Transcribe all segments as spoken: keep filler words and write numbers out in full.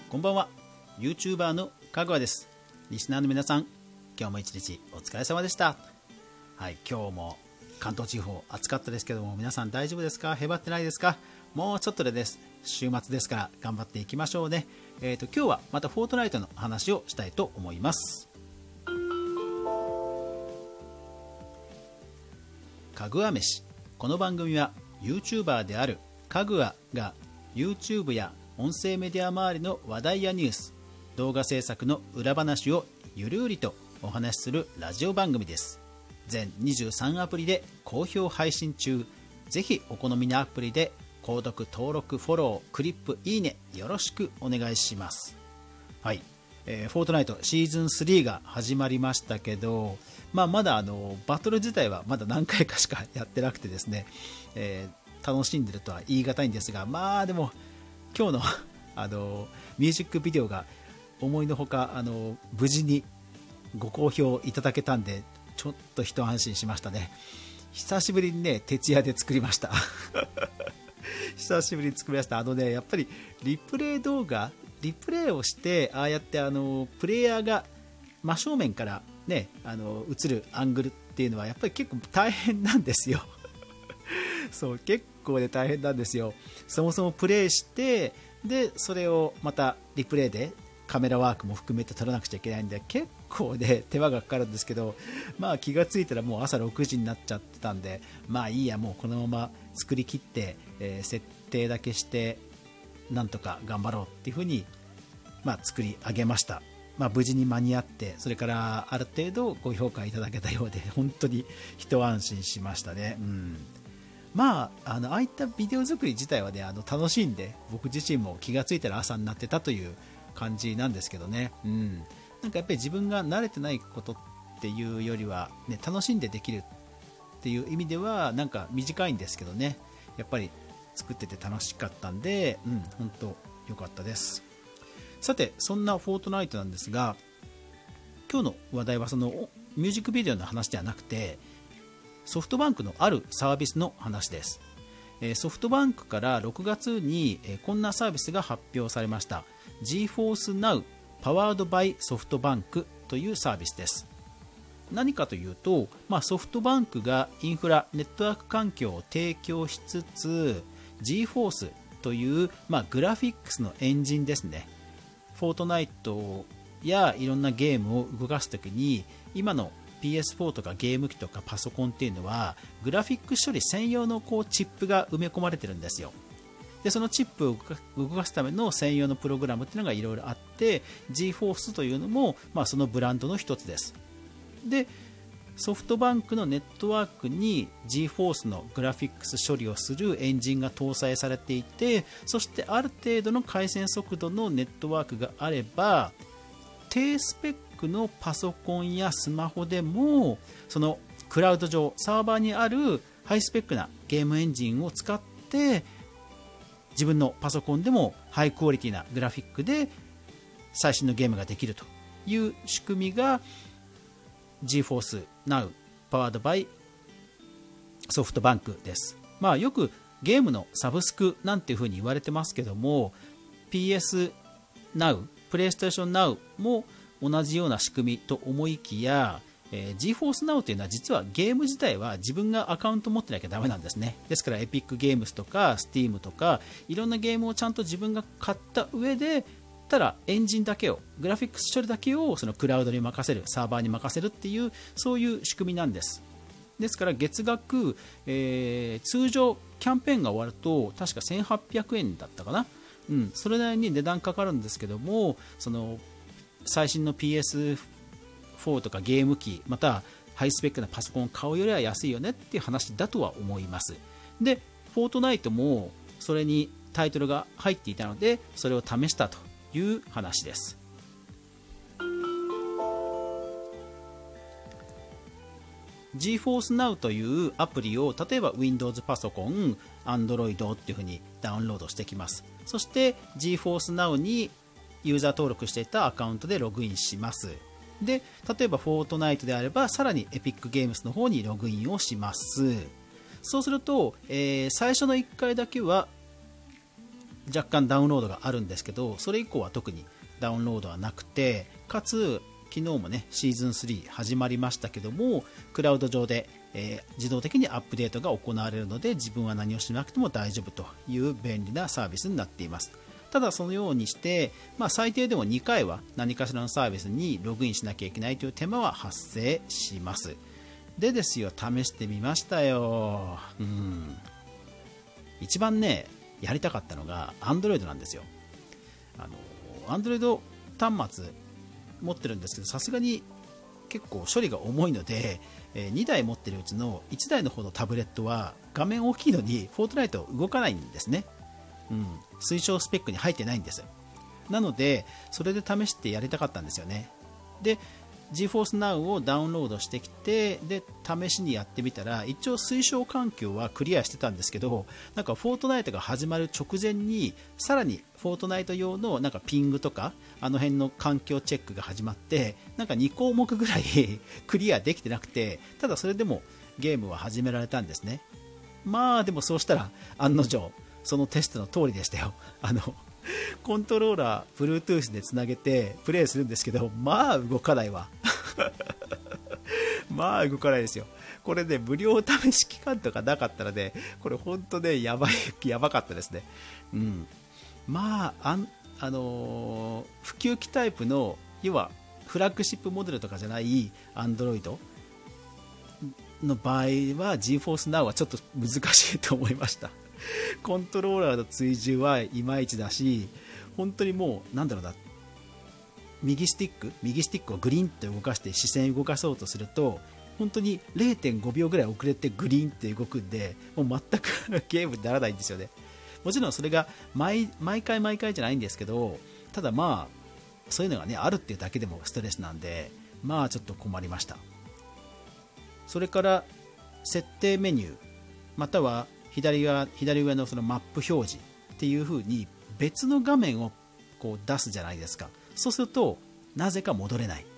こんばんは。 YouTuber のかぐわです。リスナーの皆さん、今日も一日お疲れ様でした。はい、今日も関東地方暑かったですけども、皆さん大丈夫ですか？へばってないですか？もうちょっとでです。週末ですから頑張っていきましょうね。えーと今日はまたフォートナイトの話をしたいと思います。かぐわ飯。この番組は YouTuber であるかぐわが YouTube や音声メディア周りの話題やニュース、動画制作の裏話をゆるりとお話しするラジオ番組です。全にじゅうさんアプリで好評配信中。ぜひお好みのアプリで購読、登録、フォロー、クリップ、いいねよろしくお願いします。はい、えー、フォートナイトシーズンスリーが始まりましたけど、まあ、まだあのバトル自体はまだ何回かしかやってなくてですね、えー、楽しんでるとは言い難いんですが、まあでも今日のあのミュージックビデオが思いのほかあの無事にご好評いただけたんで、ちょっと一安心しましたね。久しぶりにね徹夜で作りました久しぶりに作りました。あのねやっぱりリプレイ動画リプレイをしてああやってあのプレイヤーが真正面からねあの映るアングルっていうのはやっぱり結構大変なんですよそう結構で大変なんですよ。そもそもプレイしてでそれをまたリプレイでカメラワークも含めて撮らなくちゃいけないんで結構ね手間がかかるんですけど、まあ気がついたらもう朝ろくじになっちゃってたんで、まあいいやもうこのまま作り切って、えー、設定だけしてなんとか頑張ろうっていう風にまあ作り上げました。まあ、無事に間に合って、それからある程度ご評価いただけたようで本当に一安心しましたね。うん、まああのああいったビデオ作り自体はねあの楽しんで、僕自身も気がついたら朝になってたという感じなんですけどね。うん、なんかやっぱり自分が慣れてないことっていうよりは、ね、楽しんでできるっていう意味ではなんか短いんですけどね、やっぱり作ってて楽しかったんで、うん、本当良かったです。さてそんなフォートナイトなんですが、今日の話題はそのミュージックビデオの話ではなくて、ソフトバンクのあるサービスの話です。ソフトバンクからろくがつにこんなサービスが発表されました。 ジーフォースナウ Powered by ソフトバンクというサービスです。何かというと、まあ、ソフトバンクがインフラネットワーク環境を提供しつつ ジーフォース という、まあ、グラフィックスのエンジンですね。フォートナイトやいろんなゲームを動かすときに今の ピーエスフォー とかゲーム機とかパソコンっていうのはグラフィック処理専用のこうチップが埋め込まれてるんですよ。でそのチップを動かすための専用のプログラムっていうのがいろいろあって ジーフォース というのも、まあ、そのブランドの一つです。でソフトバンクのネットワークに ジーフォース のグラフィックス処理をするエンジンが搭載されていて、そしてある程度の回線速度のネットワークがあれば低スペックのパソコンやスマホでもそのクラウド上サーバーにあるハイスペックなゲームエンジンを使って自分のパソコンでもハイクオリティなグラフィックで最新のゲームができるという仕組みがジーフォースナウ Powered by ソフトバンクです。まあ、よくゲームのサブスクなんていうふうに言われてますけども ピーエス Now、PlayStation Now も同じような仕組みと思いきや、えー、ジーフォースナウ というのは実はゲーム自体は自分がアカウント持ってなきゃダメなんですね。ですから Epic Games とか Steam とかいろんなゲームをちゃんと自分が買った上でただエンジンだけをグラフィックス処理だけをそのクラウドに任せるサーバーに任せるっていうそういう仕組みなんです。ですから月額、えー、通常キャンペーンが終わると確かせんはっぴゃくえんだったかな、うん、それなりに値段かかるんですけども、その最新の ピーエスフォー とかゲーム機またハイスペックなパソコンを買うよりは安いよねっていう話だとは思います。でフォートナイトもそれにタイトルが入っていたのでそれを試したという話です。ジーフォースナウ というアプリを例えば Windows パソコン、Android っていう風にダウンロードしてきます。そして ジーフォースナウ にユーザー登録していたアカウントでログインします。で例えばフォートナイトであればさらに Epic Games の方にログインをします。そうすると、えー、最初のいっかいだけは若干ダウンロードがあるんですけど、それ以降は特にダウンロードはなくて、かつ昨日もねシーズンスリー始まりましたけども、クラウド上で、えー、自動的にアップデートが行われるので、自分は何をしなくても大丈夫という便利なサービスになっています。ただそのようにして、まあ、最低でもにかいは何かしらのサービスにログインしなきゃいけないという手間は発生します。でですよ、試してみましたよ。うん、一番ねやりたかったのが Android なんですよ。あの Android 端末持ってるんですけど、さすがに結構処理が重いので、えー、にだい持ってるうちのいちだいの方のタブレットは画面大きいのにフォートナイト動かないんですね。うん、推奨スペックに入ってないんです。なのでそれで試してやりたかったんですよね。で GeForce Now をダウンロードしてきて、で試しにやってみたら、一応推奨環境はクリアしてたんですけど、なんかフォートナイトが始まる直前にさらにフォートナイト用のなんかピングとかあの辺の環境チェックが始まって、なんかに項目ぐらいクリアできてなくて、ただそれでもゲームは始められたんですね。まあでもそうしたら案の定そのテストの通りでしたよ。あのコントローラー Bluetooth でつなげてプレイするんですけど、まあ動かないわまあ動かないですよ。これね、無料試し期間とかなかったらね、これ本当ねやばいやばかったですね。うん、まあ、あん、あのー、普及機タイプの要はフラッグシップモデルとかじゃない Android の場合は GeForce Now はちょっと難しいと思いました。コントローラーの追従はいまいちだし、本当にもうなんだろうな、右スティック右スティックをグリーンって動かして視線を動かそうとすると、本当に れいてんごびょうぐらい遅れてグリーンって動くんで、もう全くゲームにならないんですよね。もちろんそれが 毎, 毎回毎回じゃないんですけど、ただまあそういうのがねあるっていうだけでもストレスなんで、まあちょっと困りました。それから設定メニューまたは左側左上のそのマップ表示っていう風に別の画面をこう出すじゃないですか。そうするとなぜか戻れない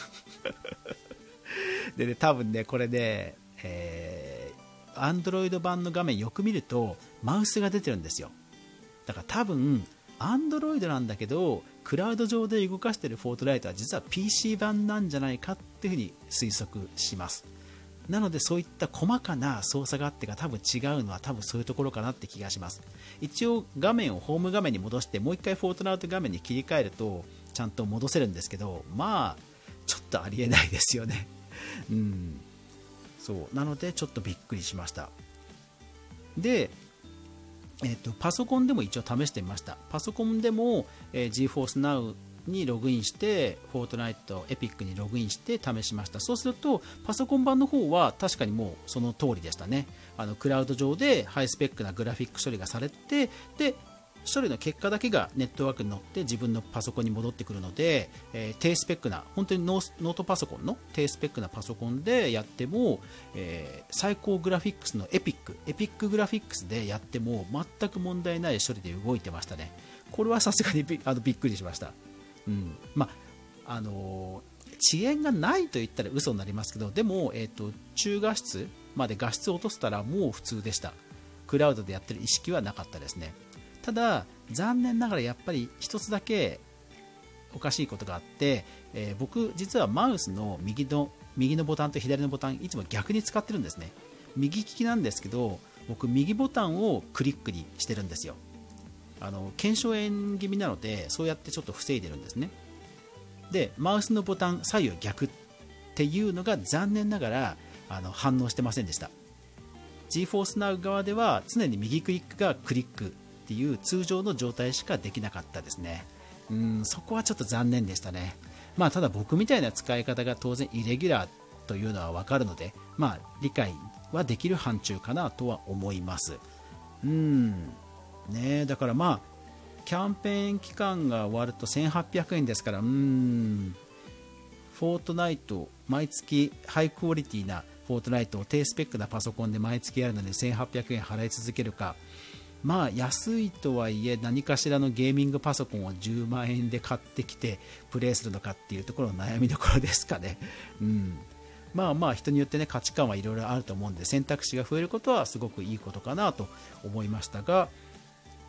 でね、多分ねこれね、えー、Android 版の画面よく見るとマウスが出てるんですよ。だから多分 Android なんだけどクラウド上で動かしているフォートナイトは実は ピーシー 版なんじゃないかっていう風に推測します。なのでそういった細かな操作があってが多分違うのは多分そういうところかなって気がします。一応画面をホーム画面に戻してもう一回フォートナイト画面に切り替えるとちゃんと戻せるんですけど、まあちょっとありえないですよねうん、そうなのでちょっとびっくりしました。で、えーと、パソコンでも一応試してみました。パソコンでも、えー、GeForce Nowにログインしてフォートナイトエピックにログインして試しました。そうするとパソコン版の方は確かにもうその通りでしたね。あのクラウド上でハイスペックなグラフィック処理がされて、で処理の結果だけがネットワークに乗って自分のパソコンに戻ってくるので、えー、低スペックな本当にノートパソコンの低スペックなパソコンでやっても、えー、最高グラフィックスのエピックエピックグラフィックスでやっても全く問題ない処理で動いてましたね。これはさすがに び, あのびっくりしました。うんまああのー、遅延がないと言ったら嘘になりますけど、でも、えーと、中画質まで画質を落としたらもう普通でした。クラウドでやってる意識はなかったですね。ただ残念ながらやっぱり一つだけおかしいことがあって、えー、僕実はマウスの右の右のボタンと左のボタンいつも逆に使ってるんですね。右利きなんですけど僕右ボタンをクリックにしてるんですよ。あの腱鞘炎気味なのでそうやってちょっと防いでるんですね。でマウスのボタン左右逆っていうのが残念ながらあの反応してませんでした。 GeForce Now 側では常に右クリックがクリックっていう通常の状態しかできなかったですね。うん、そこはちょっと残念でしたね。まあただ僕みたいな使い方が当然イレギュラーというのは分かるので、まあ理解はできる範疇かなとは思います。うんね、だからまあキャンペーン期間が終わるとせんはっぴゃくえんですから、うーんフォートナイト毎月ハイクオリティなフォートナイトを低スペックなパソコンで毎月やるのでせんはっぴゃくえん払い続けるか、まあ安いとはいえ何かしらのゲーミングパソコンをじゅうまんえんで買ってきてプレイするのかっていうところの悩みどころですかね。うんまあまあ人によってね価値観はいろいろあると思うんで選択肢が増えることはすごくいいことかなと思いましたが、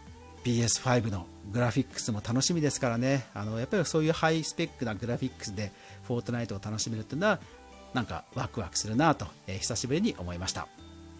ピーエスファイブ のグラフィックスも楽しみですからね。あのやっぱりそういうハイスペックなグラフィックスでフォートナイトを楽しめるというのはなんかワクワクするなと、えー、久しぶりに思いました。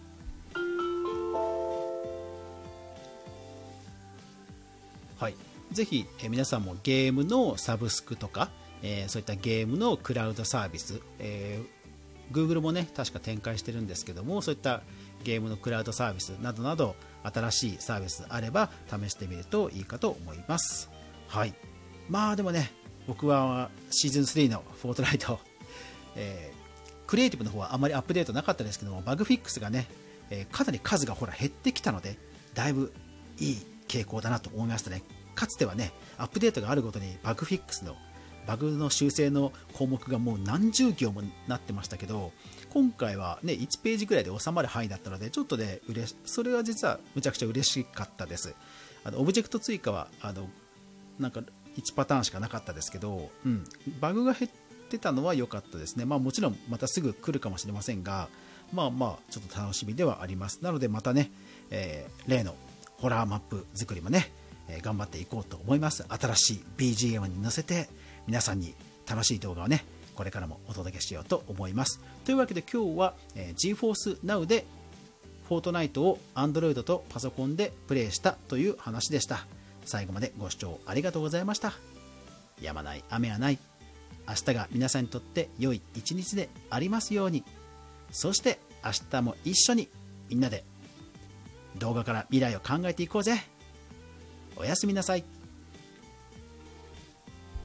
はい、ぜひ、えー、皆さんもゲームのサブスクとか、えー、そういったゲームのクラウドサービス、えー、Google もね確か展開してるんですけども、そういったゲームのクラウドサービスなどなど新しいサービスあれば試してみるといいかと思います。はい、まあでもね、僕はシーズンスリーのフォートナイト、えー、クリエイティブの方はあまりアップデートなかったですけども、バグフィックスがね、えー、かなり数がほら減ってきたので、だいぶいい傾向だなと思いましたね。かつてはね、アップデートがあるごとにバグフィックスのバグの修正の項目がもう何十行もなってましたけど、今回は、ね、いちページぐらいで収まる範囲だったので、ちょっとね、うれしそれは実はむちゃくちゃ嬉しかったです。あのオブジェクト追加はあのなんかいちパターンしかなかったですけど、うん、バグが減ってたのは良かったですね。まあ、もちろんまたすぐ来るかもしれませんが、まあまあちょっと楽しみではあります。なのでまたね、えー、例のホラーマップ作りもね、えー、頑張っていこうと思います。新しい ビージーエム に乗せて皆さんに楽しい動画をね、これからもお届けしようと思います。というわけで今日は、えー、GeForce Now でフォートナイトを Android とパソコンでプレイしたという話でした。最後までご視聴ありがとうございました。止まない雨はない。明日が皆さんにとって良い一日でありますように。そして明日も一緒にみんなで動画から未来を考えていこうぜ。おやすみなさい。